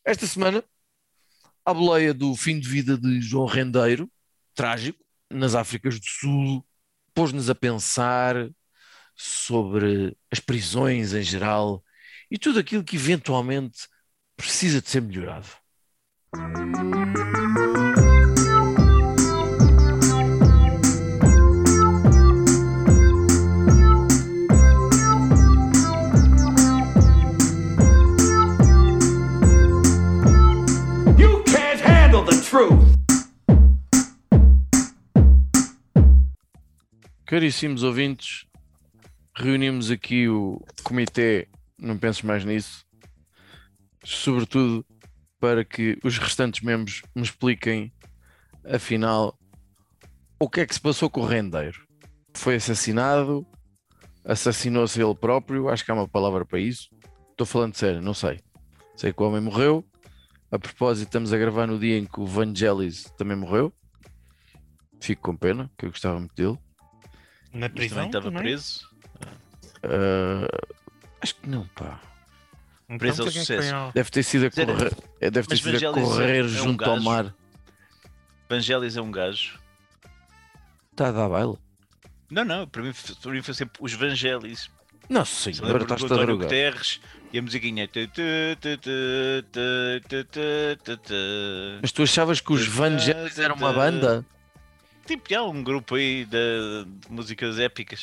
Esta semana, à boleia do fim de vida de João Rendeiro, trágico, nas Áfricas do Sul, pôs-nos a pensar sobre as prisões em geral e tudo aquilo que eventualmente precisa de ser melhorado. You can't handle the truth. Caríssimos ouvintes, reunimos aqui o comitê, não penses mais nisso, sobretudo para que os restantes membros me expliquem, afinal, o que é que se passou com o Rendeiro. Foi assassinado? Assassinou-se ele próprio? Acho que há uma palavra para isso. Estou falando sério, não sei. Sei que o homem morreu. A propósito, estamos a gravar no dia em que o Vangelis também morreu. Fico com pena, que eu gostava muito dele. Na Mas prisão também estava também? preso. Acho que não, pá. Então, Preso ao para que é que sucesso. foi ao- Deve ter sido a Mas era- correr, deve ter mas sido a Vangelis correr é um junto ao gajo. mar. Vangelis é um gajo. Está a dar baile? Não, para mim foi sempre os Vangelis. Nossa Se senhora, lembra do estás-te a António drogar. Guterres e a musiquinha. Mas tu achavas que os Vangelis eram uma banda? Tipo, há um grupo aí de músicas épicas.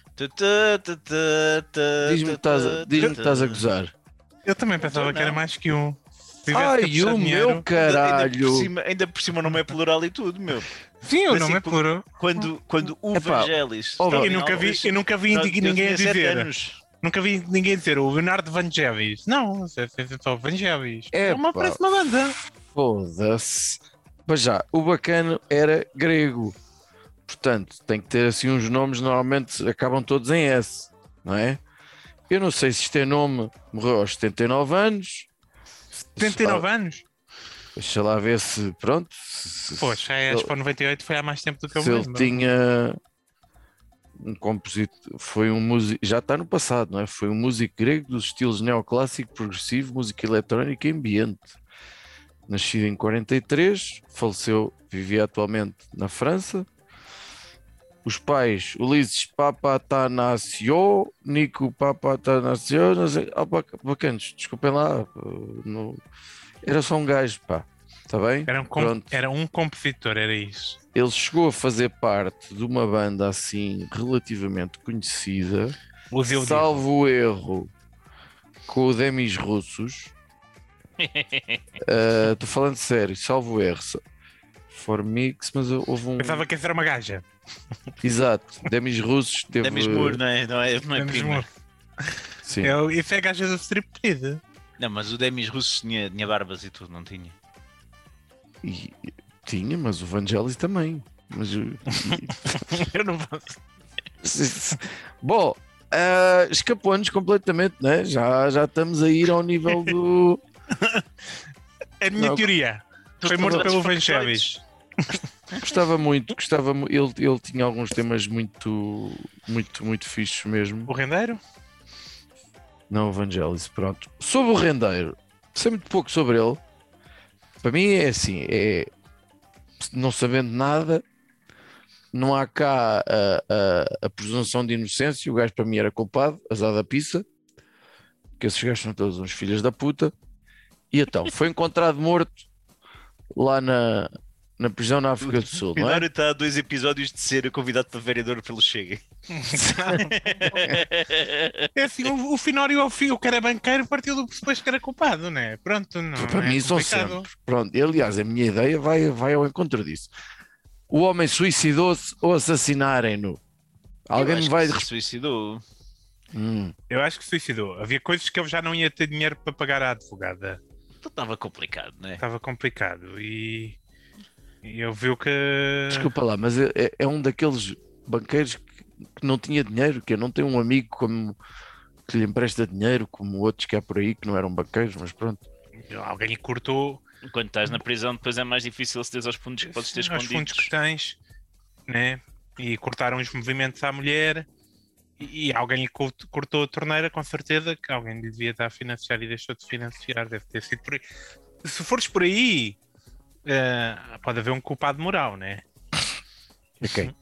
Diz-me que estás a gozar. Eu também pensava Então que era não. mais que um. Se tivesse que Ai, apostar o dinheiro- meu caralho! Ainda por cima não é plural e tudo, meu. Sim, o Assim, nome é pluro. Quando o Epá, Vangelis. ó, estava Eu em nunca vi, auge, eu nunca vi eu ninguém tinha a 7 dizer. anos. Nunca vi ninguém dizer o Leonardo Vangelis. Não, é só Vangelis. Epá. Parece uma banda. Foda-se. Mas já, o bacano era grego. Portanto, tem que ter assim uns nomes, normalmente acabam todos em S, não é? Eu não sei se isto é nome, morreu aos 79 anos. 79 anos? Deixa lá ver se, pronto. Poxa, a Expo 98 foi há mais tempo do que eu Se me ele lembro. tinha um compositor, foi um músico, já está no passado, não é? Foi um músico grego dos estilos neoclássico, progressivo, música eletrónica e ambiente. Nascido em 43, faleceu, vivia atualmente na França. Os pais, Ulisses Papatanasio, Nico Papatanasio, não sei, bacanos, desculpem lá, não, era só um gajo, pá, está bem? Pronto. Era um compositor, era isso. Ele chegou a fazer parte de uma banda assim relativamente conhecida, O Zildjian. salvo o erro, com o Demis Russos. Estou falando sério, salvo o erro. Formix, mas houve um. Pensava que essa era uma gaja. Exato, Demis Russos teve. Demis Moore, não é Demis prima. Moore. Sim. Isso é a gaja do striptease. Não, mas o Demis Russo tinha barbas e tudo, não tinha? E tinha, mas o Vangelis também. Mas, Eu não posso. bom, escapou-nos completamente, né? Já estamos a ir ao nível do. A minha Não, teoria. Foi morto pelo Vangelis. Gostava ele tinha alguns temas muito fixos mesmo. O rendeiro? Não, o Vangelis, pronto. Sobre o Rendeiro, sei muito pouco sobre ele. Para mim é assim, não sabendo nada, não há cá a presunção de inocência. O gajo para mim era culpado, azar da pizza, que esses gajos são todos uns filhos da puta. E então, foi encontrado morto lá na prisão na África do Sul, O não é? Hilário está a 2 episódios de ser convidado para vereador pelo Chega. É assim, o Finório o que era banqueiro partiu do pressuposto que era culpado, não é? Pronto, não Para é mim são complicado. sempre. Pronto, e, aliás, a minha ideia vai ao encontro disso. O homem suicidou-se ou assassinarem-no? Alguém me vai. Se suicidou. Eu acho que suicidou. Havia coisas que eu já não ia ter dinheiro para pagar à advogada. Então estava complicado, não é? Estava complicado e eu vi que... Desculpa lá, mas é um daqueles banqueiros que não tinha dinheiro, que eu não tenho um amigo como que lhe empresta dinheiro, como outros que há por aí que não eram banqueiros, mas pronto. Alguém lhe cortou Quando estás na prisão, depois é mais difícil aceder aos fundos que podes ter os fundos escondidos. que tens, né? E cortaram os movimentos à mulher e alguém lhe cortou a torneira, com certeza que alguém lhe devia estar a financiar e deixou de financiar, deve ter sido por aí. se fores por aí, pode haver um culpado moral, né? Ok.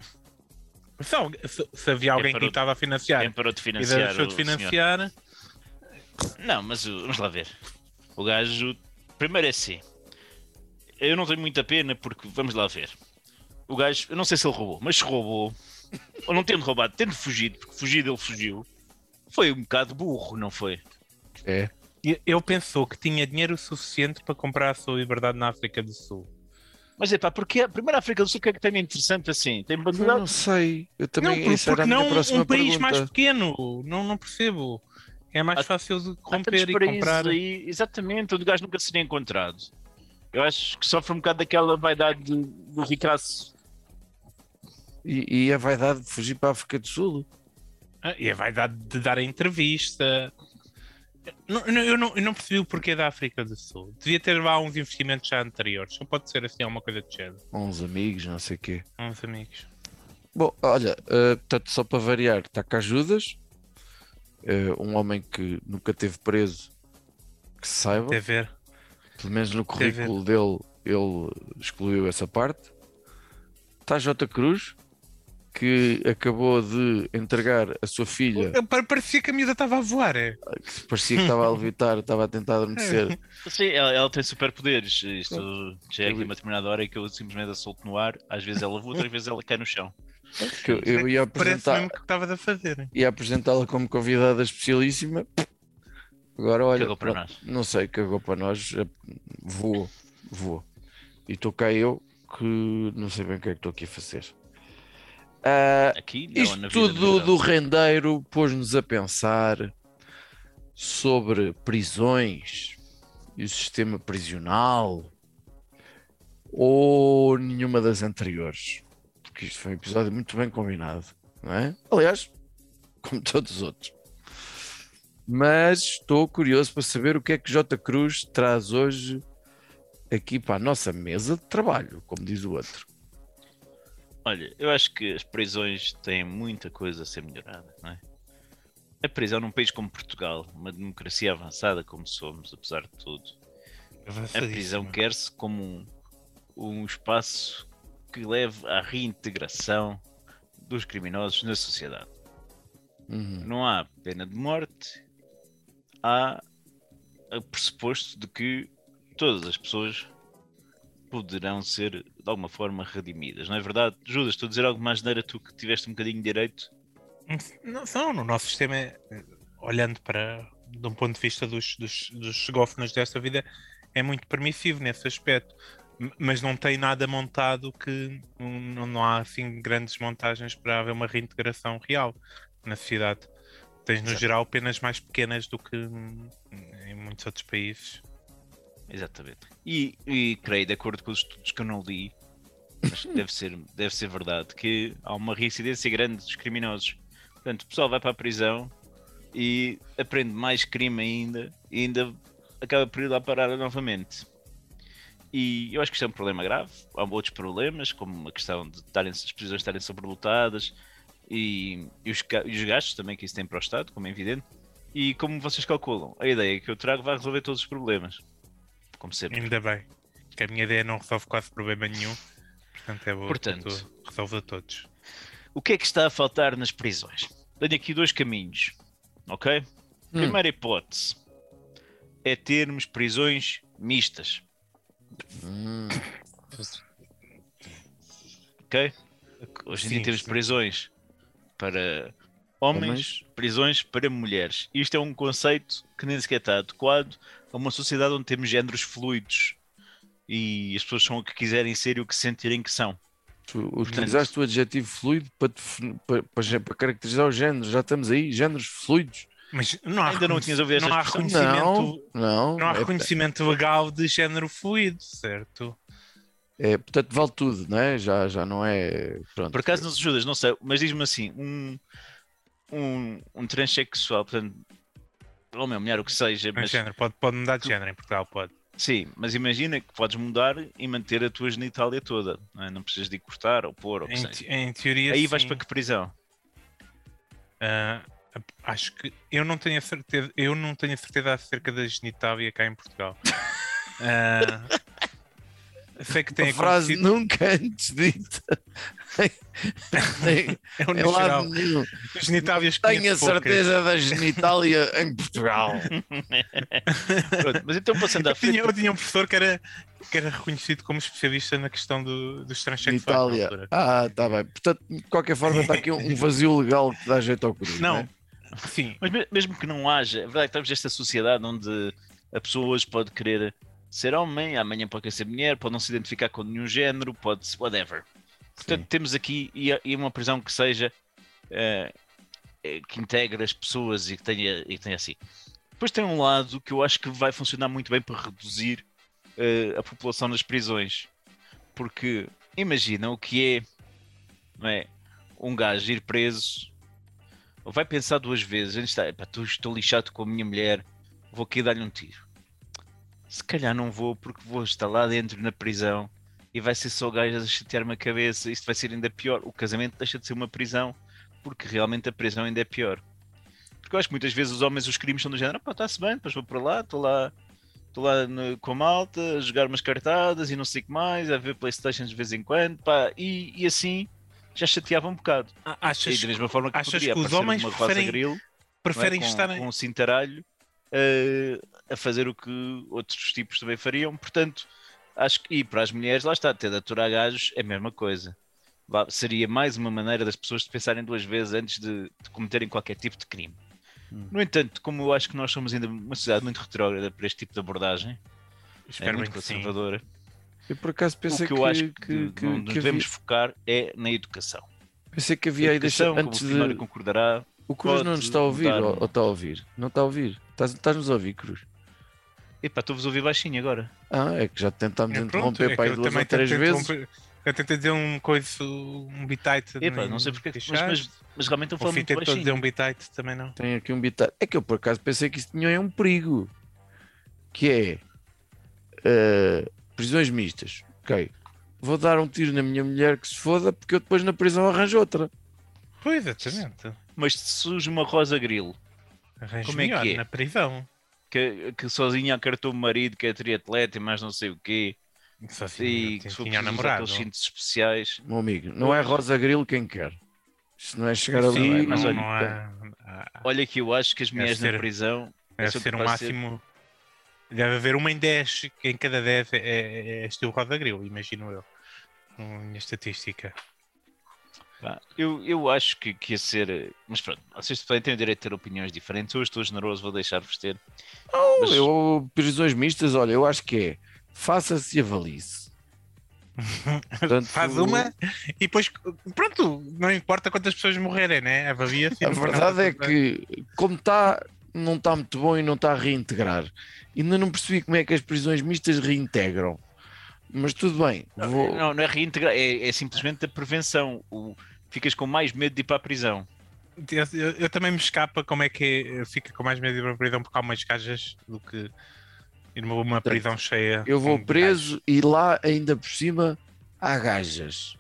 Se havia alguém que parou- estava a financiar Quem parou de e financiar deixou de o senhor? financiar, Não, mas vamos lá ver. O gajo, primeiro é assim. Eu não tenho muita pena porque, vamos lá ver. O gajo, eu não sei se ele roubou, mas se roubou, ou não tendo roubado, tendo fugido, porque fugido ele fugiu, foi um bocado burro, não foi? É. ele pensou que tinha dinheiro suficiente para comprar a sua liberdade na África do Sul. Mas é pá, porque a primeira África do Sul que é que tem de interessante assim? Tem Eu bandeira. não sei. Eu também, Não, essa era porque a minha não próxima um país pergunta. mais pequeno. Não percebo. É mais Há- fácil de Há tantos romper e paraísos comprar. aí, exatamente, onde o gajo nunca seria encontrado. Eu acho que sofre um bocado daquela vaidade do ricaço. E a vaidade de fugir para a África do Sul. E a vaidade de dar a entrevista. Eu não percebi o porquê da África do Sul. Devia ter lá uns investimentos já anteriores. Não pode ser assim alguma coisa de género. Com uns amigos, não sei o quê. Uns amigos. Bom, olha, portanto, só para variar, está cá Judas, um homem que nunca teve preso, que se saiba, Até ver. pelo menos no currículo dele, ele excluiu essa parte. Está J. Cruz, que acabou de entregar a sua filha, Parecia que a miúda estava a voar. que parecia que estava a levitar, estava a tentar adormecer. Sim, ela tem superpoderes. Isto já é aqui uma determinada hora em que eu simplesmente a solto no ar. Às vezes ela voa, outras vezes ela cai no chão. Que eu ia Parece apresentar, mesmo que estavas a fazer. ia apresentá-la como convidada especialíssima. Agora, olha, Cagou para pronto, nós. não sei, cagou para nós, voou. E estou cá eu, que não sei bem o que é que estou aqui a fazer. Aqui, não, Isto na vida, tudo na do verdade. rendeiro pôs-nos a pensar sobre prisões e o sistema prisional ou nenhuma das anteriores, porque isto foi um episódio muito bem combinado, não é? Aliás, como todos os outros. Mas estou curioso para saber o que é que J. Cruz traz hoje aqui para a nossa mesa de trabalho, como diz o outro. Olha, eu acho que as prisões têm muita coisa a ser melhorada, não é? A prisão num país como Portugal, uma democracia avançada como somos, apesar de tudo, a prisão quer-se como um espaço que leve à reintegração dos criminosos na sociedade. Uhum. Não há pena de morte, há o pressuposto de que todas as pessoas poderão ser de alguma forma redimidas, não é verdade? Judas, estou a dizer algo mais neira, tu que tiveste um bocadinho de direito. Não, no nosso sistema, olhando para de um ponto de vista dos chegófonos desta vida, é muito permissivo nesse aspecto, mas não tem nada montado que não há assim grandes montagens para haver uma reintegração real na sociedade. Tens no Exato. geral penas mais pequenas do que em muitos outros países. Exatamente. E creio, de acordo com os estudos que eu não li, mas deve ser verdade, que há uma reincidência grande dos criminosos. Portanto, o pessoal vai para a prisão e aprende mais crime ainda, e ainda acaba por ir lá parar novamente. E eu acho que isto é um problema grave. Há outros problemas, como a questão de as prisões estarem sobrelotadas e os gastos também que isso tem para o Estado, como é evidente. E como vocês calculam, a ideia que eu trago vai resolver todos os problemas. Como sempre. Ainda bem, que a minha ideia não resolve quase problema nenhum, portanto é bom Portanto, que resolve a todos. O que é que está a faltar nas prisões? Tenho aqui dois caminhos, ok? Primeira hipótese é termos prisões mistas, ok? Hoje em dia Sim, temos sim. prisões para homens, prisões para mulheres. Isto é um conceito que nem sequer está adequado a uma sociedade onde temos géneros fluidos e as pessoas são o que quiserem ser e o que sentirem que são. Tu utilizaste o adjetivo fluido para caracterizar o género. Já estamos aí, géneros fluidos. Mas não há, Ainda não tinhas ouvido não há esta expressão? reconhecimento, Não não há é, reconhecimento legal de género fluido, certo? portanto, vale tudo, não é? Já não é. Pronto. Por acaso nos ajudas, não sei, mas diz-me assim, um transexual, portanto, homem ou mulher, o que seja, mas Género, pode mudar de género em Portugal, pode. sim, mas imagina que podes mudar e manter a tua genitália toda, não é? Não precisas de cortar ou pôr ou o que seja. Em teoria, Aí sim. vais para que prisão? Acho que eu não tenho a certeza acerca da genitália cá em Portugal. Sei que tem A frase acontecido. nunca antes dita. É um Em no geral. lado nenhum. Os genitálios Tenho a conheço poucas. certeza da genitália em Portugal. Pronto, mas então passando à frente. Eu tinha um professor que era reconhecido como especialista na questão dos transexuais na Itália. altura. Está bem. Portanto, de qualquer forma, está aqui um vazio legal que dá jeito ao cruz. Não, é? sim, Mas mesmo que não haja, é verdade que estamos nesta sociedade onde a pessoa hoje pode querer ser homem, amanhã pode querer ser mulher, pode não se identificar com nenhum género, pode whatever. Portanto, Sim. temos aqui e uma prisão que seja que integre as pessoas e que tenha assim. Depois tem um lado que eu acho que vai funcionar muito bem para reduzir a população nas prisões. Porque imagina o que é, não é, um gajo ir preso, ou vai pensar duas vezes, antes está, estou lixado com a minha mulher, vou aqui dar-lhe um tiro. Se calhar não vou, porque vou estar lá dentro na prisão e vai ser só gajas a chatear-me a cabeça. Isto vai ser ainda pior. O casamento deixa de ser uma prisão, porque realmente a prisão ainda é pior. Porque eu acho que muitas vezes os homens, os crimes são do género: pá, está-se bem, depois vou para lá, estou lá com a malta, a jogar umas cartadas e não sei o que mais, a ver Playstations de vez em quando, pá, e assim já chateava um bocado. E da mesma forma que achas poderia que os aparecer homens uma rosa grill, preferem não é? estar Com um cintaralho a fazer o que outros tipos também fariam. Portanto, acho que, e para as mulheres, lá está, ter de aturar gajos é a mesma coisa. Seria mais uma maneira das pessoas de pensarem duas vezes antes de cometerem qualquer tipo de crime. No entanto, como eu acho que nós somos ainda uma sociedade muito retrógrada para este tipo de abordagem, Espero muito bem que sim. conservadora, Eu por acaso o pensei que eu acho que não nos que devemos havia, focar é na educação. pensei que havia aí deixa, Educação, como o antes Finório de. concordará, O Cruz não nos está a ouvir, mudar ou está a ouvir? Não está a ouvir? Estás-nos a ouvir, Cruz? Epá, estou-vos a ouvir baixinho agora. É que já tentámos É, pronto, interromper é para que aí eu duas também ou três tentei vezes. Eu tentei dizer um bitite. Epá, não sei porque, mas realmente eu O falo Fih muito tentou dizer um baixinho. bitite, também não. Tem aqui um bitado. É que eu por acaso pensei que isso tinha um perigo. Que é prisões mistas. Ok. Vou dar um tiro na minha mulher que se foda, porque eu depois na prisão arranjo outra. Pois, exatamente. Mas se surge uma Rosa Grilo Arranjo Como é que melhor é? na prisão. que sozinha acartou o marido, que é triatleta e mais não sei o quê, Só assim, e que se for tinha um preciso usar namorado. aqueles cintos especiais. Meu amigo, não é Rosa Grilo quem quer. Se não é chegar Sim, ali. mas olha, não há. Olha que eu acho que as mulheres ser- na prisão Deve são ser um capazes de ser- máximo. Deve haver uma em 10, em cada 10 é estilo Roda Grill, imagino eu. Minha estatística. Pá, eu acho que ia ser. Mas pronto, vocês também têm o direito de ter opiniões diferentes. Eu estou generoso, vou deixar-vos ter. Mas- Prisões mistas, olha, eu acho que é. Faça-se e avalie-se. Portanto, Faz uma e depois, pronto, não importa quantas pessoas morrerem, né? Avalia-se. A verdade é que, como está, não está muito bom e não está a reintegrar. Ainda não percebi como é que as prisões mistas reintegram. Mas tudo bem. Vou... Não é reintegrar, é simplesmente a prevenção. Ficas com mais medo de ir para a prisão. Eu também me escapa como é que fica com mais medo de ir para a prisão porque há umas gajas do que ir uma prisão cheia. Eu vou com preso e lá, ainda por cima, há gajas.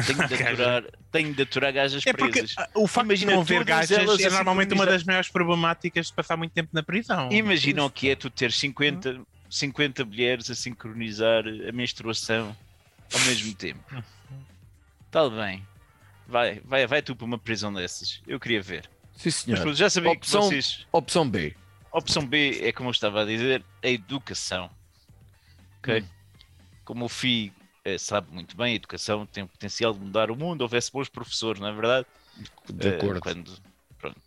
Tenho de aturar gajas É porque presas. o facto Imagina de não haver todas gajas elas é a normalmente uma sincronizar. das maiores problemáticas de passar muito tempo na prisão. Imagina o que é tu ter 50 mulheres a sincronizar a menstruação ao mesmo tempo. Está bem. Vai tu para uma prisão dessas. Eu queria ver. Sim, Mas senhor. pronto, já sabia Opção- que vocês. Opção B. Opção B é como eu estava a dizer, a educação. Ok? Como o FI sabe muito bem, a educação tem o potencial de mudar o mundo, houvesse bons professores, não é verdade? De acordo. Pronto.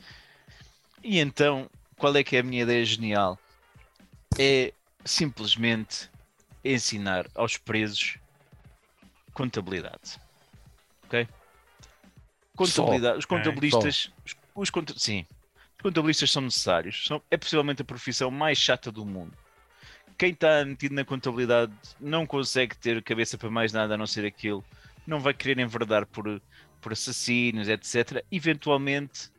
E então, qual é que é a minha ideia genial? É simplesmente ensinar aos presos contabilidade. Ok? Contabilidade. Os contabilistas. Sim. Os contabilistas são necessários. É possivelmente a profissão mais chata do mundo. Quem está metido na contabilidade não consegue ter cabeça para mais nada a não ser aquilo. Não vai querer enverdar por assassinos, etc. Eventualmente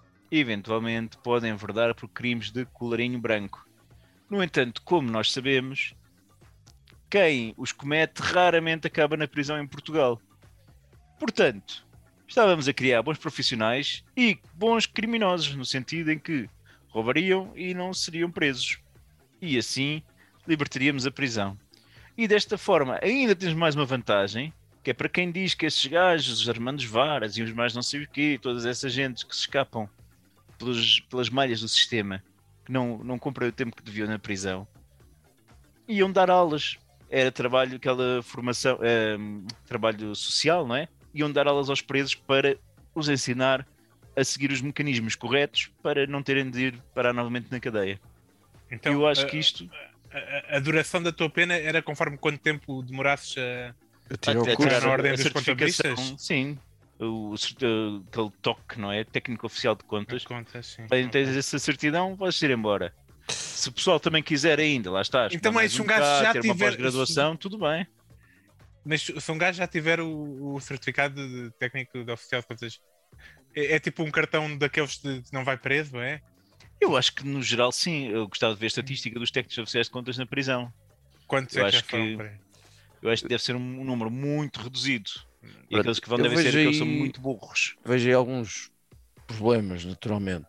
podem enverdar por crimes de colarinho branco. No entanto, como nós sabemos, quem os comete raramente acaba na prisão em Portugal. Portanto, estávamos a criar bons profissionais e bons criminosos, no sentido em que roubariam e não seriam presos. E assim libertaríamos a prisão. E desta forma, ainda temos mais uma vantagem, que é para quem diz que esses gajos, os Armandos Varas e os mais não sei o quê, todas essas gentes que se escapam pelas malhas do sistema, que não cumprem o tempo que deviam na prisão, iam dar aulas. Era trabalho, aquela formação, trabalho social, não é? Iam dar aulas aos presos para os ensinar a seguir os mecanismos corretos para não terem de ir parar novamente na cadeia. Então, Eu acho que isto... A duração da tua pena era conforme quanto tempo demorasses Eu tirei o Até curso. tirar na ordem a dos certificação, contabilistas? sim. Aquele toque, não é? Técnico oficial de contas. Contas, sim. Para teres essa certidão, vais ir embora. Se o pessoal também quiser ainda, lá está. Então, mais mas um gajo bocado, já ter uma tiver- pós-graduação, tudo bem. Mas se um gajo já tiver o certificado de técnico de oficial de contas, é tipo um cartão daqueles de não vai preso, é? Eu acho que no geral sim. Eu gostava de ver a estatística dos técnicos oficiais de contas na prisão. Quantos Eu é que já acho foram que- para aí? Eu acho que deve ser um número muito reduzido. E Pronto, aqueles que vão eu devem ser vejo aqueles que são aí- muito burros. Vejo aí alguns problemas, naturalmente,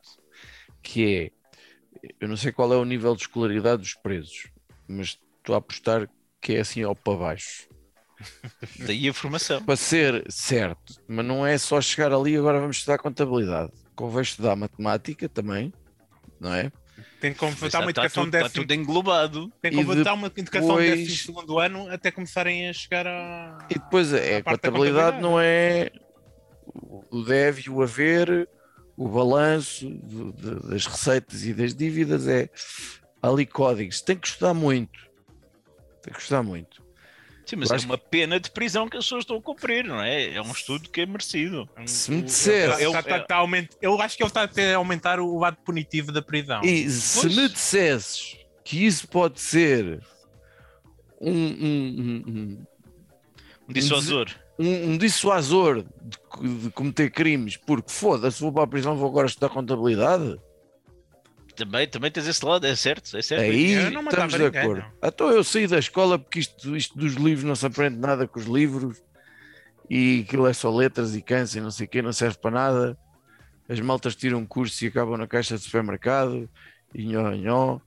que é, eu não sei qual é o nível de escolaridade dos presos, mas estou a apostar que é assim ao para baixo. Daí a formação. Para ser certo, mas não é só chegar ali e agora vamos estudar contabilidade. Convém estudar matemática também, não é? Tem que completar uma Está educação tudo, de está décimo, tudo englobado. tem que E completar uma educação de depois- 12º ano até começarem a chegar a. E depois à a parte da contabilidade não é o deve e o haver, o balanço das receitas e das dívidas, é ali códigos. Tem que estudar muito. Tem que estudar muito. Sim, mas Eu é acho uma pena de prisão que as pessoas estão a cumprir, não é? É um estudo que é merecido. Se me dissesse- Eu acho que ele está até a aumentar o lado punitivo da prisão. E se Pois. me dissesses que isso pode ser um Dissuasor. dissuasor de cometer crimes, porque foda-se, vou para a prisão, vou agora estudar contabilidade, Também tens esse lado, é certo. É certo. aí Eu não matava estamos de ninguém, acordo. Então eu saí da escola porque isto dos livros não se aprende nada com os livros e aquilo é só letras e cansa e não sei o quê, não serve para nada. As maltas tiram curso e acabam na caixa de supermercado e nhó.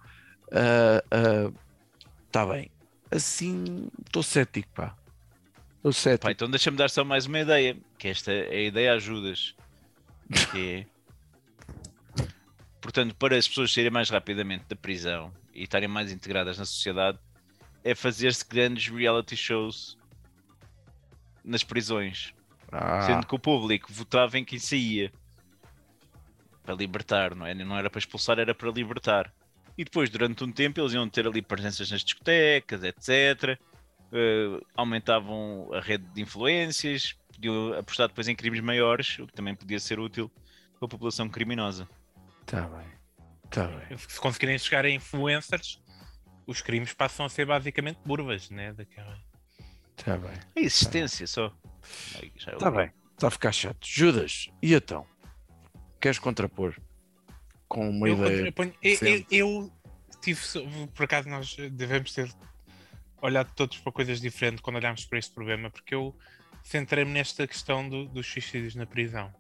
Está bem. Assim, estou cético, pá. Estou cético. Pá, então deixa-me dar só mais uma ideia, que esta é a ideia ajudas. Que é... Portanto, para as pessoas saírem mais rapidamente da prisão e estarem mais integradas na sociedade, é fazer-se grandes reality shows nas prisões. Sendo que o público votava em quem saía. Para libertar, não é? Não era para expulsar, era para libertar. E depois, durante um tempo, eles iam ter ali presenças nas discotecas, etc. Aumentavam a rede de influências, podiam apostar depois em crimes maiores, o que também podia ser útil para a população criminosa. Está bem. Está bem. Se conseguirem chegar a influencers, os crimes passam a ser basicamente burvas, né? Daquela... Está bem. A existência só. Aí já é Está bem. Está a ficar chato. Judas, e então? Queres contrapor com uma ideia? Eu tive, por acaso nós devemos ter olhado todos para coisas diferentes quando olhámos para este problema, porque eu centrei-me nesta questão dos suicídios na prisão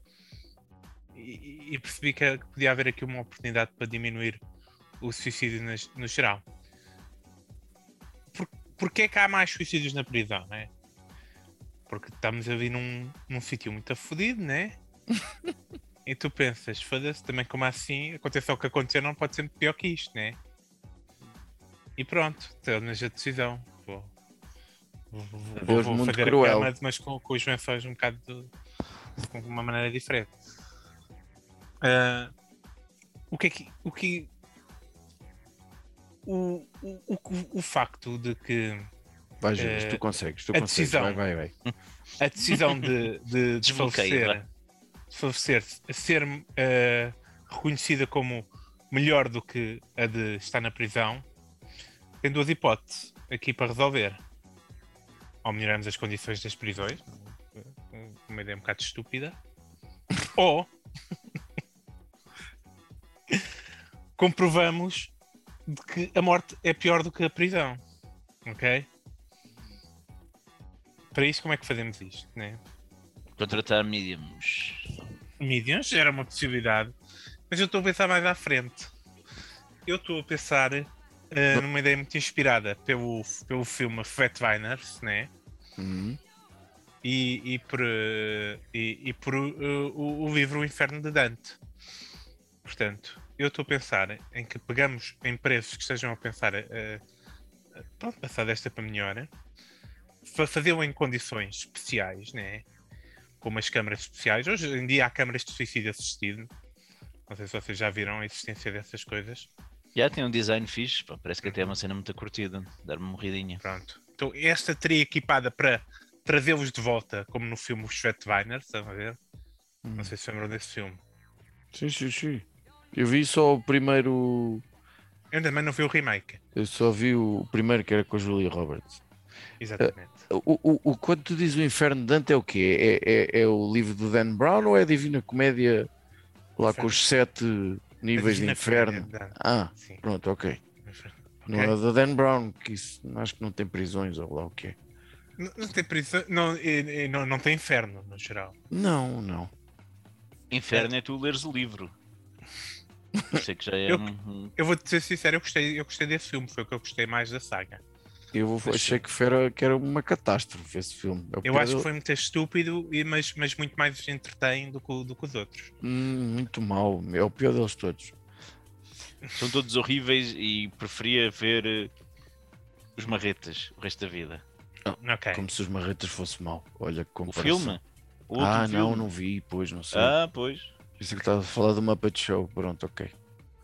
e percebi que podia haver aqui uma oportunidade para diminuir o suicídio no geral. Porquê é que há mais suicídios na prisão, né? Porque estamos ali num sítio muito afodido, né? E tu pensas, foda-se, também como assim, aconteceu o que aconteceu, não pode ser muito pior que isto, né? E pronto, tomas a decisão. Vou Adeus, mundo fazer cruel. a cama, mas com os lençóis um bocado com uma maneira diferente. O facto de que Vai, Judas, tu consegues. Tu a consegues. decisão- Vai. a decisão de Desbloqueia, desfalecer a ser reconhecida como melhor do que a de estar na prisão, tem duas hipóteses aqui para resolver. Ou melhoramos as condições das prisões, uma ideia um bocado estúpida, ou comprovamos de que a morte é pior do que a prisão. Ok? Para isso, como é que fazemos isto, né? Contratar mediums. Mediums era uma possibilidade, mas eu estou a pensar mais à frente. Eu estou a pensar numa ideia muito inspirada pelo filme Flatliners, né? Uhum. E por o livro O Inferno de Dante. Portanto, eu estou a pensar em que pegamos empresas que estejam a pensar pronto, passar desta para melhor, fazê-lo em condições especiais, né? Como as câmaras especiais. Hoje em dia há câmaras de suicídio assistido. Não sei se vocês já viram a existência dessas coisas. Já tem um design fixe, pá, parece que até é uma cena muito curtida, dar-me uma morridinha. Pronto. Então, esta teria equipada para trazê-los de volta, como no filme Os Flatliners, estão a ver? Não sei se lembram desse filme. Sim. Eu vi só o primeiro. Eu também não vi o remake. Eu só vi o primeiro que era com a Julia Roberts. Exatamente. Quando tu dizes o Inferno de Dante é o quê? É o livro do Dan Brown ou é a Divina Comédia lá com os 7 níveis de Divina inferno? Comédia, Dan. Ah, Sim. pronto, ok. Não Ok. é do Dan Brown, que isso acho que não tem prisões ou lá o quê? Não tem prisão, não tem inferno, no geral. Não. Inferno é tu leres o livro. Sei que já é Eu- um... Eu vou-te ser sincero, eu gostei desse filme, foi o que eu gostei mais da saga. Achei que era uma catástrofe esse filme. É o Eu pior acho que dele. foi muito estúpido, mas muito mais entretém do que os outros. Muito mau, é o pior deles todos. São todos horríveis e preferia ver os marretas o resto da vida. Ok. Como se os marretas fosse mau. Olha que O comparação. filme? O outro filme? Não vi, pois, não sei. Ah, pois. Isso que estava a falar do Muppet Show, pronto, ok.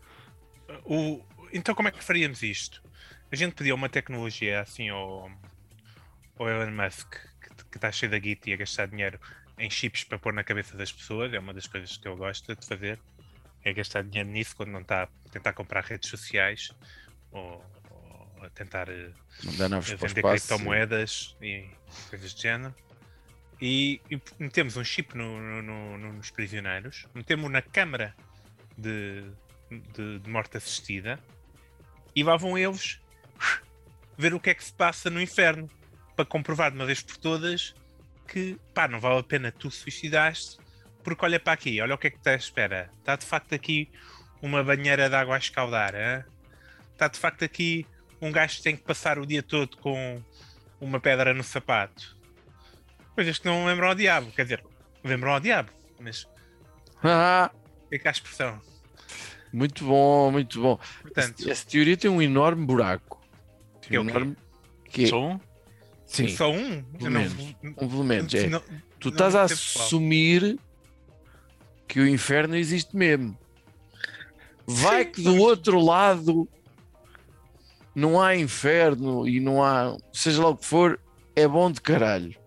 Então como é que faríamos isto? A gente pediu uma tecnologia assim ao Elon Musk, que está cheio da guita e a gastar dinheiro em chips para pôr na cabeça das pessoas, é uma das coisas que eu gosto de fazer, é gastar dinheiro nisso quando não está a tentar comprar redes sociais ou a tentar Mandar naves para o vender espaço. criptomoedas e coisas do género. E metemos um chip nos prisioneiros, metemos na câmara de morte assistida e lá vão eles ver o que é que se passa no inferno para comprovar de uma vez por todas que pá, não vale a pena tu suicidaste, porque olha para aqui, olha o que é que está à espera. Está de facto aqui uma banheira de água a escaldar, hein? Está de facto aqui um gajo que tem que passar o dia todo com uma pedra no sapato. Coisas que não lembram ao diabo, quer dizer, lembram ao diabo, mas Ah, fica a expressão. muito bom, muito bom. Portanto, Essa teoria tem um enorme buraco. Que é o quê? enorme... Que é... Só um? Sim, só um? pelo menos. Pelo menos. É. Não- Tu não estás a sei qual. assumir que o inferno existe mesmo. Vai que do outro lado não há inferno e não há, seja lá o que for, é bom de caralho.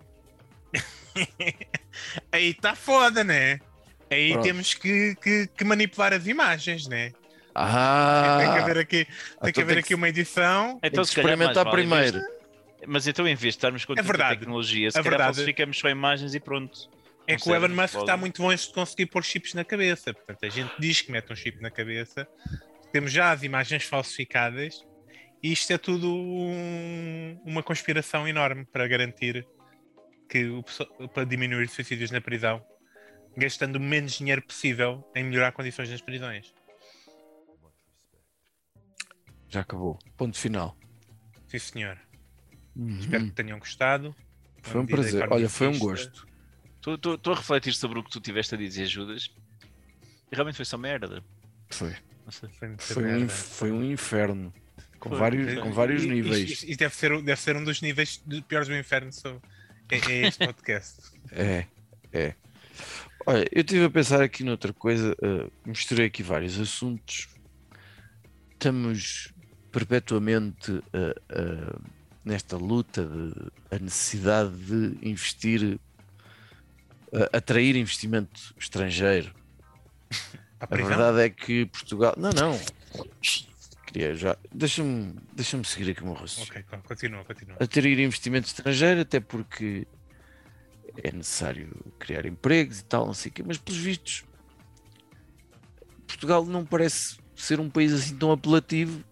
Aí está foda, né? Aí Pronto. temos que manipular as imagens, né? Tem que Ah, haver aqui, tem que então haver tem aqui que- uma edição. Então, que se calhar, mais experimentar vale, em vez primeiro. Mas então, em vez de estarmos com É tanta verdade. tecnologia, se É calhar verdade. falsificamos só imagens e pronto. É Não que o Elon serve, Musk logo. está muito longe de conseguir pôr chips na cabeça. Portanto, a gente diz que mete um chip na cabeça. Temos já as imagens falsificadas. E isto é tudo uma conspiração enorme para garantir que para diminuir suicídios na prisão, gastando o menos dinheiro possível em melhorar condições nas prisões. Já acabou. Ponto final. Sim, senhor. Uhum. Espero que tenham gostado. Foi um Uma medida prazer. Olha, foi um economicista. gosto. Estou a refletir sobre o que tu tiveste a dizer, Judas. E realmente foi só merda. Foi. Não sei. Foi, muita Foi merda. foi um inferno. Com Foi. vários níveis. Isto deve ser um dos níveis piores do inferno. É este podcast. É. Olha, eu estive a pensar aqui noutra coisa, misturei aqui vários assuntos. Estamos perpetuamente nesta luta de a necessidade de investir, atrair investimento estrangeiro. À A prisão? verdade é que Portugal. Não. Queria já. Deixa-me seguir aqui o meu raciocínio. Ok, continua. Atrair investimento estrangeiro, até porque é necessário criar empregos e tal, não sei o quê, mas pelos vistos Portugal não parece ser um país assim tão apelativo.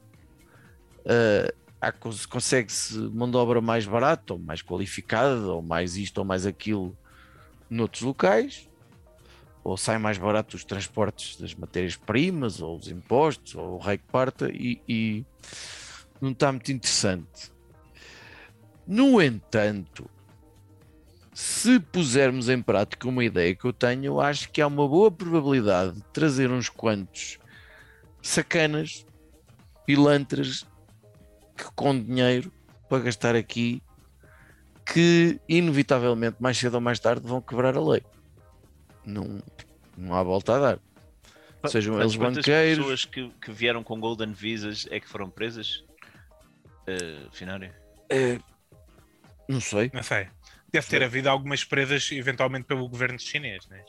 Consegue-se mão de obra mais barata, ou mais qualificada, ou mais isto ou mais aquilo noutros locais, ou sai mais barato os transportes das matérias-primas, ou os impostos, ou o rei que parta, e não está muito interessante. No entanto, se pusermos em prática uma ideia que eu tenho, eu acho que há uma boa probabilidade de trazer uns quantos sacanas, pilantras, que com dinheiro para gastar aqui, que inevitavelmente mais cedo ou mais tarde vão quebrar a lei. Não há volta a dar. Sejam eles Quantas banqueiros. pessoas que vieram com Golden Visas é que foram presas? Finário? Não sei. Não sei. Deve ter havido algumas presas, eventualmente, pelo governo chinês, né?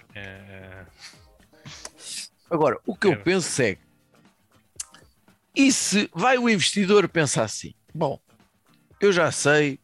Agora, o que eu penso é, e se vai o investidor pensar assim, bom, eu já sei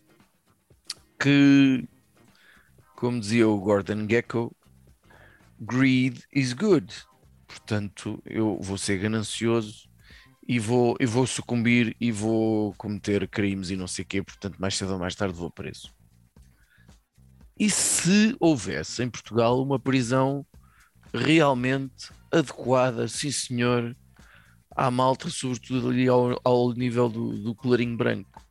que, como dizia o Gordon Gekko, greed is good. Portanto, eu vou ser ganancioso e vou sucumbir e vou cometer crimes e não sei o quê, portanto, mais cedo ou mais tarde vou preso. E se houvesse em Portugal uma prisão realmente adequada, sim senhor, à malta, sobretudo ali ao nível do colarinho branco?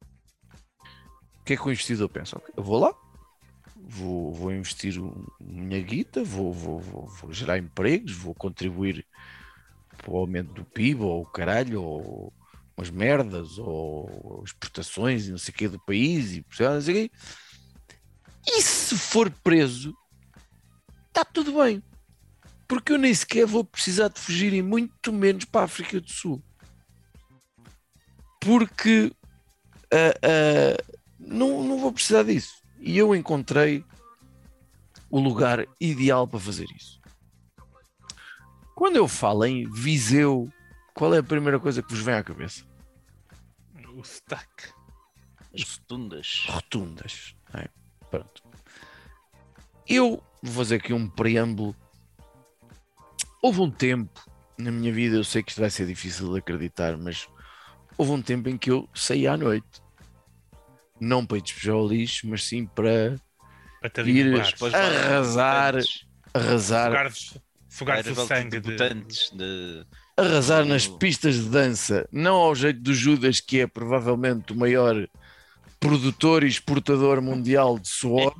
O que é que o investidor pensa? Okay, eu vou lá, vou investir minha guita, vou gerar empregos, vou contribuir para o aumento do PIB, ou o caralho, ou umas merdas, ou exportações e não sei o que do país, e não sei o quê. E se for preso, está tudo bem, porque eu nem sequer vou precisar de fugir, e muito menos para a África do Sul, porque não vou precisar disso. E eu encontrei o lugar ideal para fazer isso. Quando eu falo em Viseu, qual é a primeira coisa que vos vem à cabeça? O sotaque. As rotundas. Rotundas. É, pronto. Eu vou fazer aqui um preâmbulo. Houve um tempo na minha vida, eu sei que isto vai ser difícil de acreditar, mas houve um tempo em que eu saía à noite. Não para ir despejar o lixo, mas sim para ir arrasar Sugar-se o sangue arrasar nas pistas de dança, não ao jeito do Judas, que é provavelmente o maior produtor e exportador mundial de suor.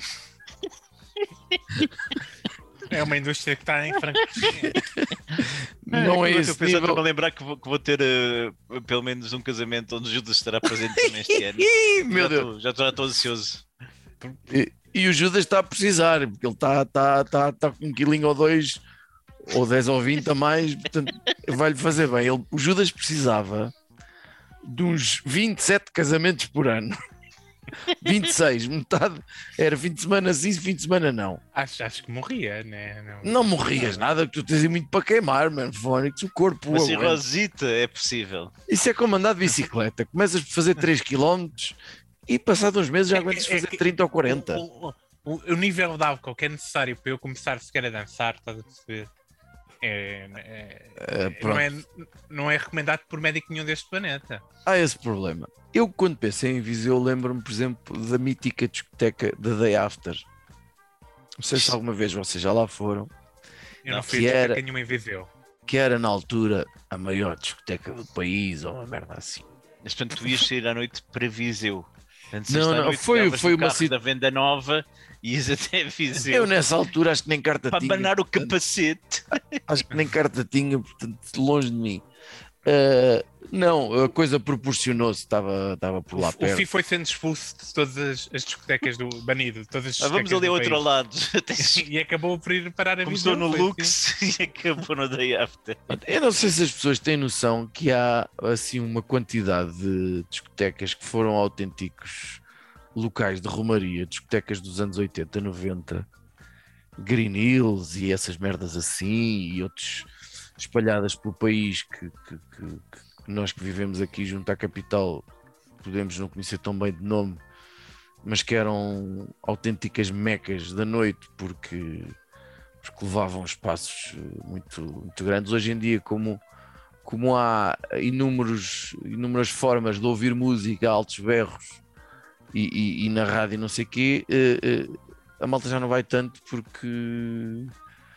É uma indústria que está em franquia. Não é esse nível. Estou a lembrar que vou ter pelo menos um casamento onde Judas estará presente também este ano. Meu Deus. Já estou ansioso. E o Judas está a precisar, porque ele está com um quilinho ou dois, ou 10 ou 20 a mais, portanto vai-lhe fazer bem. O Judas precisava de uns 27 casamentos por ano. 26, metade era fim de semana sim, fim de semana não. Acho que morria, né? Não morrias nada, que tu tens muito para queimar, mano. Fónix, o corpo. Uma cirrosita é possível. Isso é como andar de bicicleta. Começas por fazer 3 km e passados uns meses já aguentas fazer 30 ou 40. O nível de álcool que é necessário para eu começar sequer a dançar, estás a perceber? Não é recomendado por médico nenhum deste planeta. Há esse problema. Eu, quando pensei em Viseu, lembro-me, por exemplo, da mítica discoteca da Day After. Não sei se alguma vez vocês já lá foram. Eu não fui a discoteca nenhuma em Viseu. Que era, na altura, a maior discoteca do país, ou uma merda assim. Mas, portanto, tu ias sair à noite para Viseu. Antes não, foi uma da Venda Nova e ias até Viseu. Eu, nessa altura, acho que nem carta tinha. Para abanar o capacete. Acho que nem carta tinha, portanto, longe de mim. Não, a coisa proporcionou-se, estava por lá perto. O FI foi sendo expulso de todas as discotecas do banido. Todas as vamos ali ao outro lado. E acabou por ir parar a Começou no Lux e acabou no Day After. Eu não sei se as pessoas têm noção que há assim uma quantidade de discotecas que foram autênticos locais de romaria, discotecas dos anos 80, 90, Green Hills e essas merdas assim, e outros espalhadas pelo país que nós que vivemos aqui junto à capital podemos não conhecer tão bem de nome, mas que eram autênticas mecas da noite porque levavam espaços muito, muito grandes. Hoje em dia, como há inúmeras formas de ouvir música a altos berros e na rádio não sei o quê, a malta já não vai tanto porque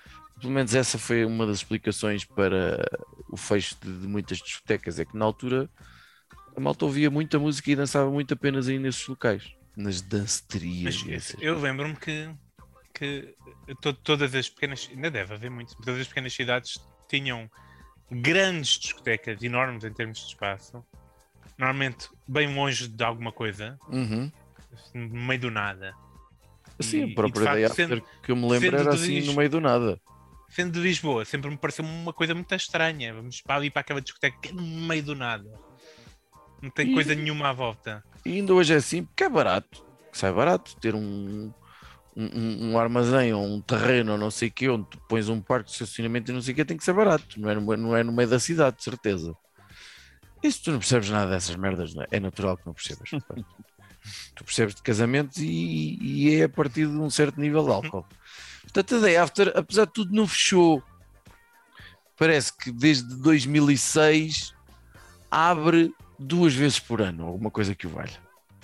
pelo menos essa foi uma das explicações para o fecho de muitas discotecas, é que na altura a malta ouvia muita música e dançava muito apenas aí nesses locais, nas danceterias. Mas e essas eu lembro-me que todas as pequenas, ainda deve haver muito, todas as pequenas cidades tinham grandes discotecas, enormes em termos de espaço, normalmente bem longe de alguma coisa, Uhum. no meio do nada. Assim, E, a própria de facto, Day After que eu me lembro sendo era de assim no Lis- meio do nada. Sendo de Lisboa, sempre me pareceu uma coisa muito estranha. Vamos para ali para aquela discoteca que é no meio do nada. Não tem E- coisa nenhuma à volta. E ainda hoje é assim, porque é barato. Sai barato ter um armazém ou um terreno ou não sei o quê, onde tu pões um parque de estacionamento e não sei o quê, tem que ser barato. Não é no meio da cidade, de certeza. E se tu não percebes nada dessas merdas, não é? É natural que não percebas. Tu percebes de casamentos e é a partir de um certo nível de álcool. Portanto, a Day After, apesar de tudo, não fechou. Parece que desde 2006 abre 2 vezes por ano, alguma coisa que o valha.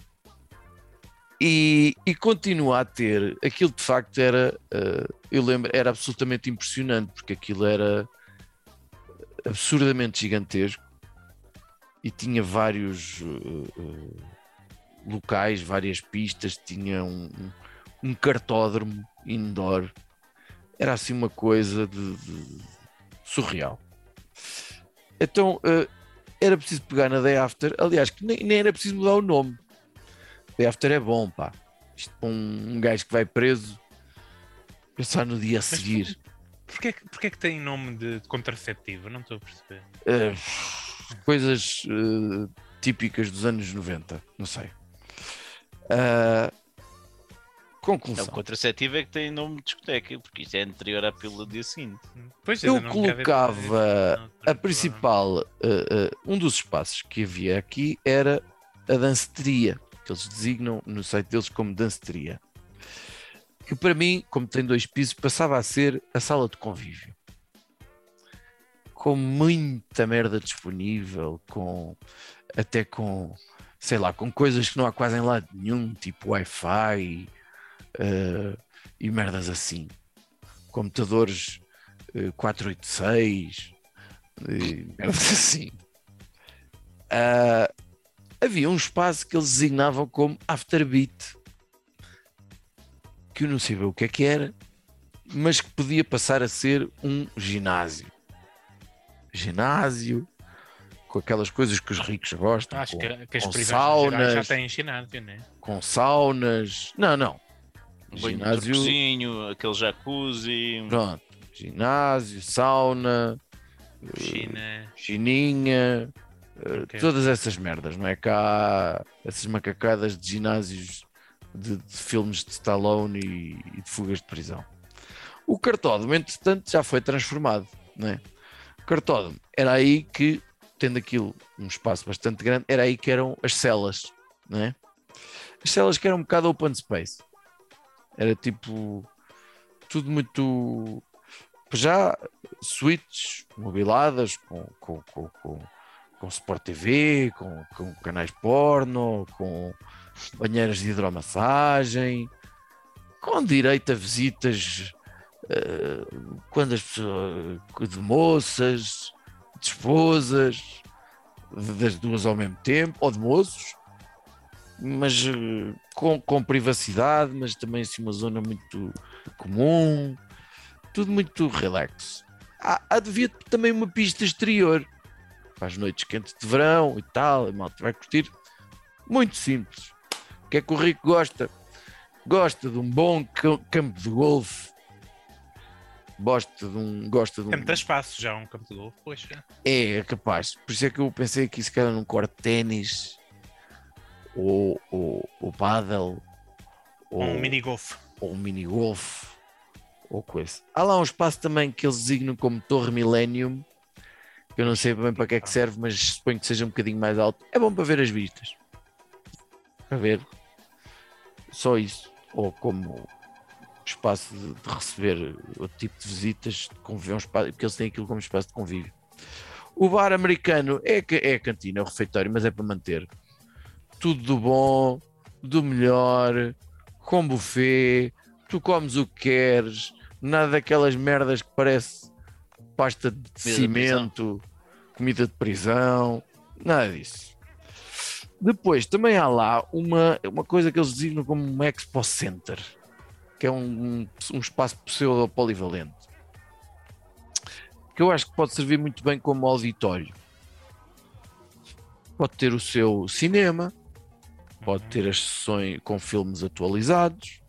E continua a ter, aquilo de facto era, eu lembro, era absolutamente impressionante, porque aquilo era absurdamente gigantesco e tinha vários locais, várias pistas, tinha um cartódromo indoor, era assim uma coisa de surreal. Então era preciso pegar na Day After, aliás, que nem era preciso mudar o nome. Day After é bom, pá. Isto para um gajo que vai preso pensar no dia a seguir. Porquê que tem nome de contraceptivo? Não estou a perceber. Coisas típicas dos anos 90, não sei. Não, Conclusão. o contraceptivo é que tem nome de discoteca, porque isso é anterior à pílula do dia seguinte. Pois, Eu não quero ver colocava não, a principal, um dos espaços que havia aqui era a danceteria, que eles designam no site deles como danceteria. Que para mim, como tem 2 pisos, passava a ser a sala de convívio. Com muita merda disponível, até com, sei lá, com coisas que não há quase em lado nenhum, tipo Wi-Fi e merdas assim. Computadores 486 e merdas assim. Havia um espaço que eles designavam como Afterbeat, que eu não sei bem o que era, mas que podia passar a ser um ginásio. Ginásio, com aquelas coisas que os ricos gostam, Acho que as com prisões saunas, já têm ginásio, não é? com saunas. Não. Um banho Ginásio, turcozinho, aquele jacuzzi. pronto. Ginásio, sauna, China. chininha, Ok. todas essas merdas, não é? Cá essas macacadas de ginásios de filmes de Stallone e de fugas de prisão. O cartódromo, entretanto, já foi transformado, não é? O cartódromo era aí que, tendo aquilo um espaço bastante grande, era aí que eram as celas, não é? As celas que eram um bocado open space. Era tipo tudo muito já suítes mobiladas com Sport TV, com canais porno, com banheiras de hidromassagem, com direito a visitas quando as pessoas de moças, de esposas, das duas ao mesmo tempo, ou de moços, mas com privacidade, mas também assim uma zona muito comum, tudo muito relax. Devia também uma pista exterior para as noites quentes de verão e tal, a malta vai curtir. Muito simples. O que é que o rico gosta? Gosta de um bom campo de golfe. Gosta de um. Tem muito espaço já, um campo de golfe, poxa. É capaz. Por isso é que eu pensei que se calhar num corte de ténis ou paddle Ou um mini golfe. ou um mini golfe ou coisa. Há lá um espaço também que eles designam como Torre Millennium, que eu não sei bem para que é que serve, mas suponho que seja um bocadinho mais alto. É bom para ver as vistas. Para ver. Só isso. Ou como espaço de receber outro tipo de visitas, porque eles têm aquilo como espaço de convívio. O bar americano é a cantina, é o refeitório, mas é para manter tudo do bom, do melhor, com buffet, tu comes o que queres, nada daquelas merdas que parece pasta de prisão. cimento, comida de prisão, nada disso. Depois também há lá uma coisa que eles designam como um Expo Center, que é um espaço pseudo-polivalente, que eu acho que pode servir muito bem como auditório. Pode ter o seu cinema, pode ter as sessões com filmes atualizados,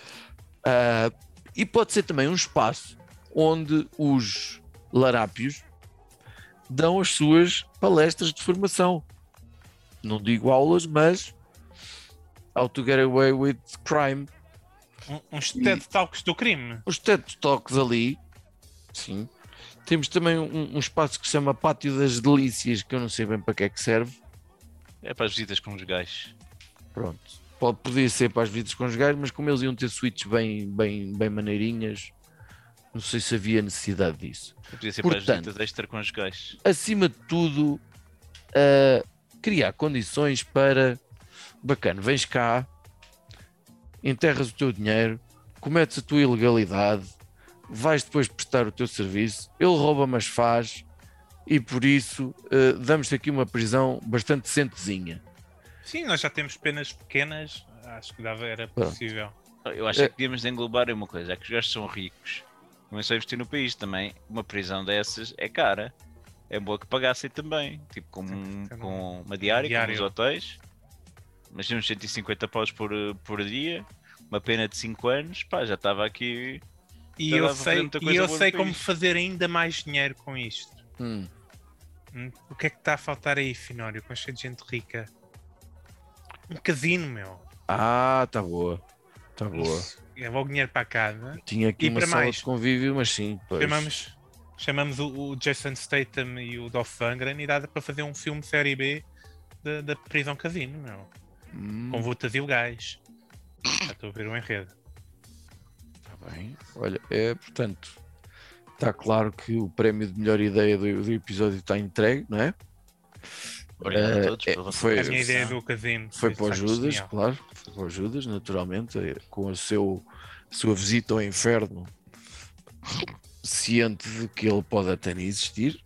e pode ser também um espaço onde os larápios dão as suas palestras de formação. Não digo aulas, mas How to Get Away with Crime. Uns TED Talks do crime. Os TED Talks ali, sim. Temos também um espaço que se chama Pátio das Delícias, que eu não sei bem para que é que serve. É para as visitas conjugais. Pronto. Podia ser para as visitas conjugais, mas como eles iam ter suítes bem maneirinhas, não sei se havia necessidade disso. Podia ser para as Portanto, visitas extraconjugais. acima de tudo, criar condições para bacana, vens cá, enterras o teu dinheiro, cometes a tua ilegalidade, vais depois prestar o teu serviço, ele rouba mas faz, e por isso damos-te aqui uma prisão bastante decentezinha. Sim, nós já temos penas pequenas, acho que era Pronto. possível. Eu acho que podíamos englobar uma coisa, é que os gajos são ricos, começam a investir no país também, uma prisão dessas é cara. É boa que pagassem também, tipo com uma diária, como os hotéis. Mas uns 150 paus por dia, uma pena de 5 anos, pá, já estava aqui. E eu sei como fazer ainda mais dinheiro com isto. O que é que está a faltar aí, Finório, com cheio de gente rica? Um casino, meu. Tá boa. Tá boa. É logo dinheiro para casa. Tinha aqui E uma para sala mais? de convívio, mas sim, pois. Chamamos o Jason Statham e o Dolph Lundgren e dá para fazer um filme série B da prisão casino, meu. Com lutas ilegais. Já estou a ver o enredo. Está bem. Olha, portanto, está claro que o prémio de melhor ideia do episódio está entregue, não é? Obrigado a todos pela vossa foi- A minha ideia do casino. Foi para o de facto Judas, genial. claro. Foi para o Judas, naturalmente, com a sua visita ao inferno, ciente de que ele pode até nem existir,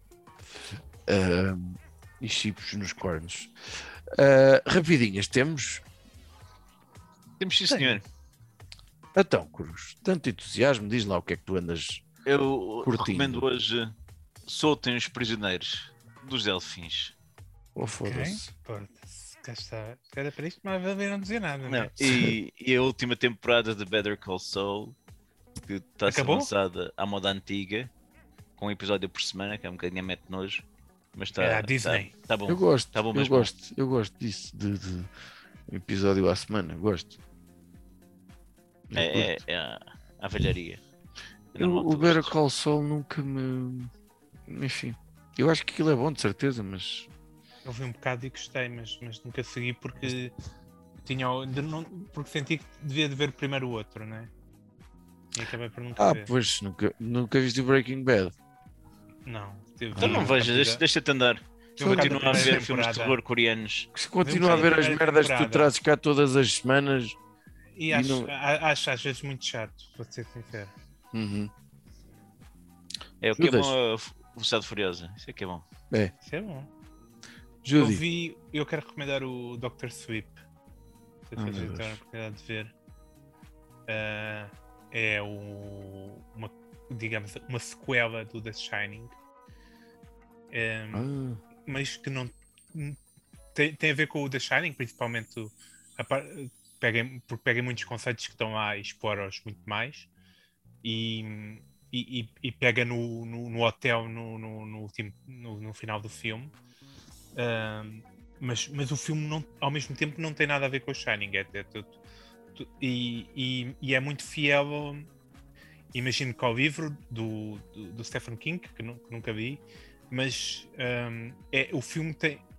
e chipos nos cornos. Rapidinhas, temos. Temos sim, senhor. Então, Cruz, tanto entusiasmo, diz lá o que é que tu andas. Eu Curtindo. recomendo hoje Soltem os Prisioneiros dos Delfins. Oh, foda-se. Porta-se. Cá está. Era para isto, mas vai não dizer nada, Não, né? e a última temporada de Better Call Saul, que está a ser Acabou? lançada à moda antiga, com um episódio por semana, que é um bocadinho mete nojo, mas está É a Disney. tá bom. Eu gosto, Tá bom, eu mas gosto, eu gosto disso, de um episódio à semana, gosto. Eu curto. É a velharia. É normal O tu Better gostes. Call Saul nunca me. Enfim, eu acho que aquilo é bom, de certeza, mas. Eu vi um bocado e gostei, mas nunca segui porque porque senti que devia de ver primeiro o outro, né? E acabei por nunca ver. Pois, nunca viste o Breaking Bad. Não. Então não vejas, deixa-te andar. Eu vou Continua a ver ver a filmes de temporada. terror coreanos. Se continua a ver as primeira merdas que tu temporada. trazes cá todas as semanas. E acho às vezes muito chato, vou ser sincero. Uhum. É o que é Judas. bom a Velocidade Furiosa. Isso é que é bom. Isso é bom. Judy. Eu quero recomendar o Dr. Sweep. Se Meu vocês Deus. tiverem a oportunidade de ver. É digamos, uma sequela do The Shining. Mas que não tem a ver com o The Shining, principalmente porque pega muitos conceitos que estão lá e explora-os muito mais e pega no hotel no final do filme. Mas o filme ao mesmo tempo não tem nada a ver com o Shining, e é muito fiel. Imagino que ao livro do Stephen King, que nunca vi, mas o filme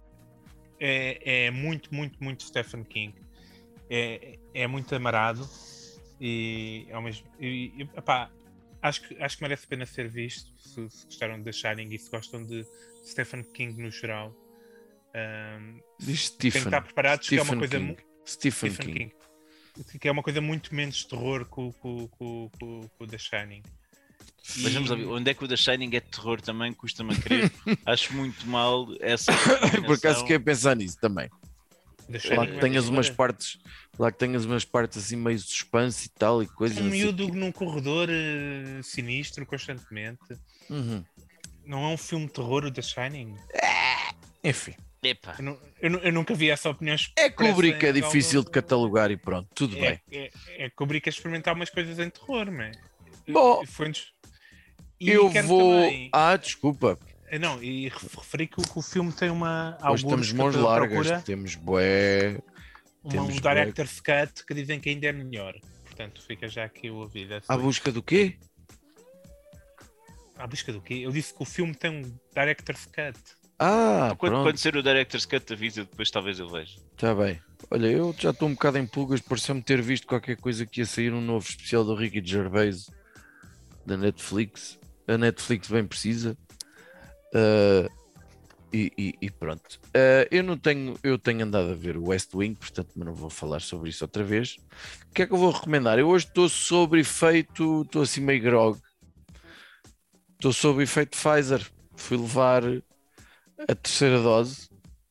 é muito, muito, muito Stephen King. É muito amarado e ao mesmo epá, acho que merece a pena ser visto se gostaram de The Shining e se gostam de Stephen King no geral. Diz Tem que Stephen. estar preparados que é uma Stephen coisa King. Stephen King. que é uma coisa muito menos terror que o The Shining. Mas vamos lá ver, onde é que o The Shining é terror também? Custa-me a crer. Acho muito mal essa Por acaso combinação. fiquei a pensar nisso também. The Lá Shining que é tenhas terror. umas partes, lá que tenhas umas partes assim meio de suspense e tal e coisas Um assim. miúdo num corredor sinistro constantemente. Uhum. Não é um filme de terror, o The Shining? Enfim, Epá, Eu nunca vi essa opinião é expressa Kubrick, é em difícil de algum- catalogar e pronto, tudo bem. É Kubrick a experimentar umas coisas em terror, não é? Bom, E eu quero vou. também- Desculpa, Não, e referi que o filme tem uma. hoje Alguns temos que eu mãos estou à largas, procura, temos bué. temos um Director's Cut que dizem que ainda é melhor. Portanto, fica já aqui o ouvido. À busca do quê? À busca do quê? Eu disse que o filme tem um Director's Cut. quando Pronto, ser o Director's Cut avisa, depois talvez eu veja. está bem. Olha, eu já estou um bocado em pulgas, pareceu-me ter visto qualquer coisa que ia sair um novo especial do Ricky Gervais da Netflix. A Netflix bem precisa. E pronto. Eu tenho andado a ver o West Wing, portanto, mas não vou falar sobre isso outra vez. O que é que eu vou recomendar? Eu hoje estou sob efeito, estou assim meio grog. Estou sob efeito Pfizer. Fui levar a terceira dose,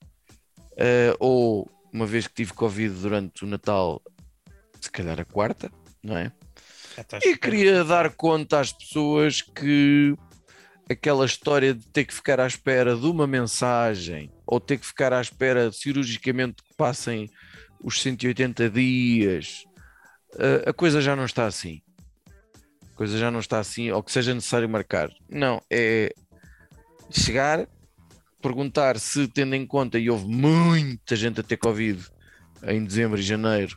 ou uma vez que tive Covid durante o Natal, se calhar a quarta, não é? Já estás E queria dar conta às pessoas que aquela história de ter que ficar à espera de uma mensagem ou ter que ficar à espera cirurgicamente que passem os 180 dias, a coisa já não está assim. A coisa já não está assim, ou que seja necessário marcar. Não, é chegar, perguntar se, tendo em conta, e houve muita gente a ter Covid em dezembro e janeiro,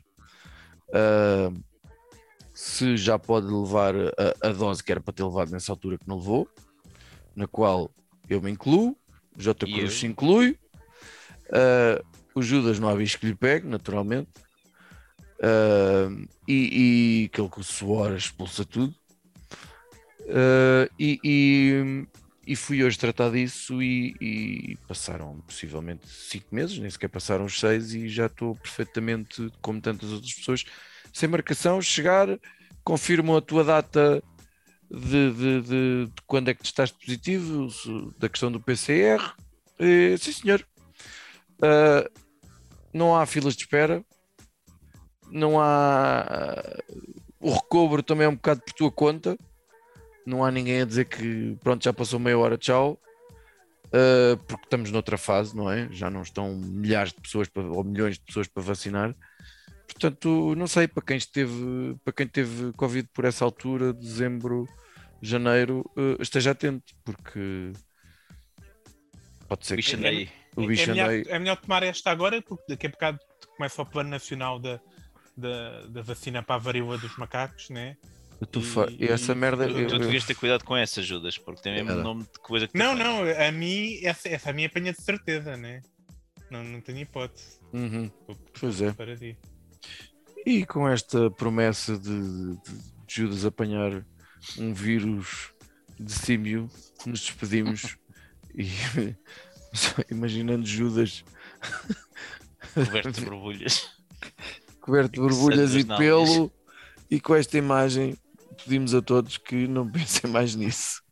se já pode levar a dose que era para ter levado nessa altura que não levou, na qual eu me incluo, o J. E Cruz eu? se inclui, o Judas não há bicho que lhe pegue, naturalmente, e aquele que o suor expulsa tudo. E fui hoje tratar disso e passaram possivelmente 5 meses, nem sequer passaram os 6 e já estou perfeitamente, como tantas outras pessoas, sem marcação, chegar, confirmam a tua data de quando é que testaste positivo, da questão do PCR. Sim, senhor. Não há filas de espera, não há. O recobro também é um bocado por tua conta. Não há ninguém a dizer que pronto, já passou meia hora, tchau, porque estamos noutra fase, não é? Já não estão milhares de pessoas ou milhões de pessoas para vacinar. Portanto, não sei, para quem teve Covid por essa altura, dezembro, janeiro, esteja atento, porque pode ser Bicho que andei. o bicho ande. É melhor tomar esta agora, porque daqui a bocado começa o plano nacional da vacina para a varíola dos macacos, né? E essa merda. Tu devias ter cuidado com essa, Judas, porque tem mesmo nome de coisa que te Não, faz. não, a mim, essa a minha apanha de certeza, né? Não tenho hipótese. Uhum, pois é. Para ti. E com esta promessa de Judas apanhar um vírus de símio, nos despedimos. E imaginando Judas Coberto de borbulhas. coberto de borbulhas e Santas pelo, e com esta imagem pedimos a todos que não pensem mais nisso.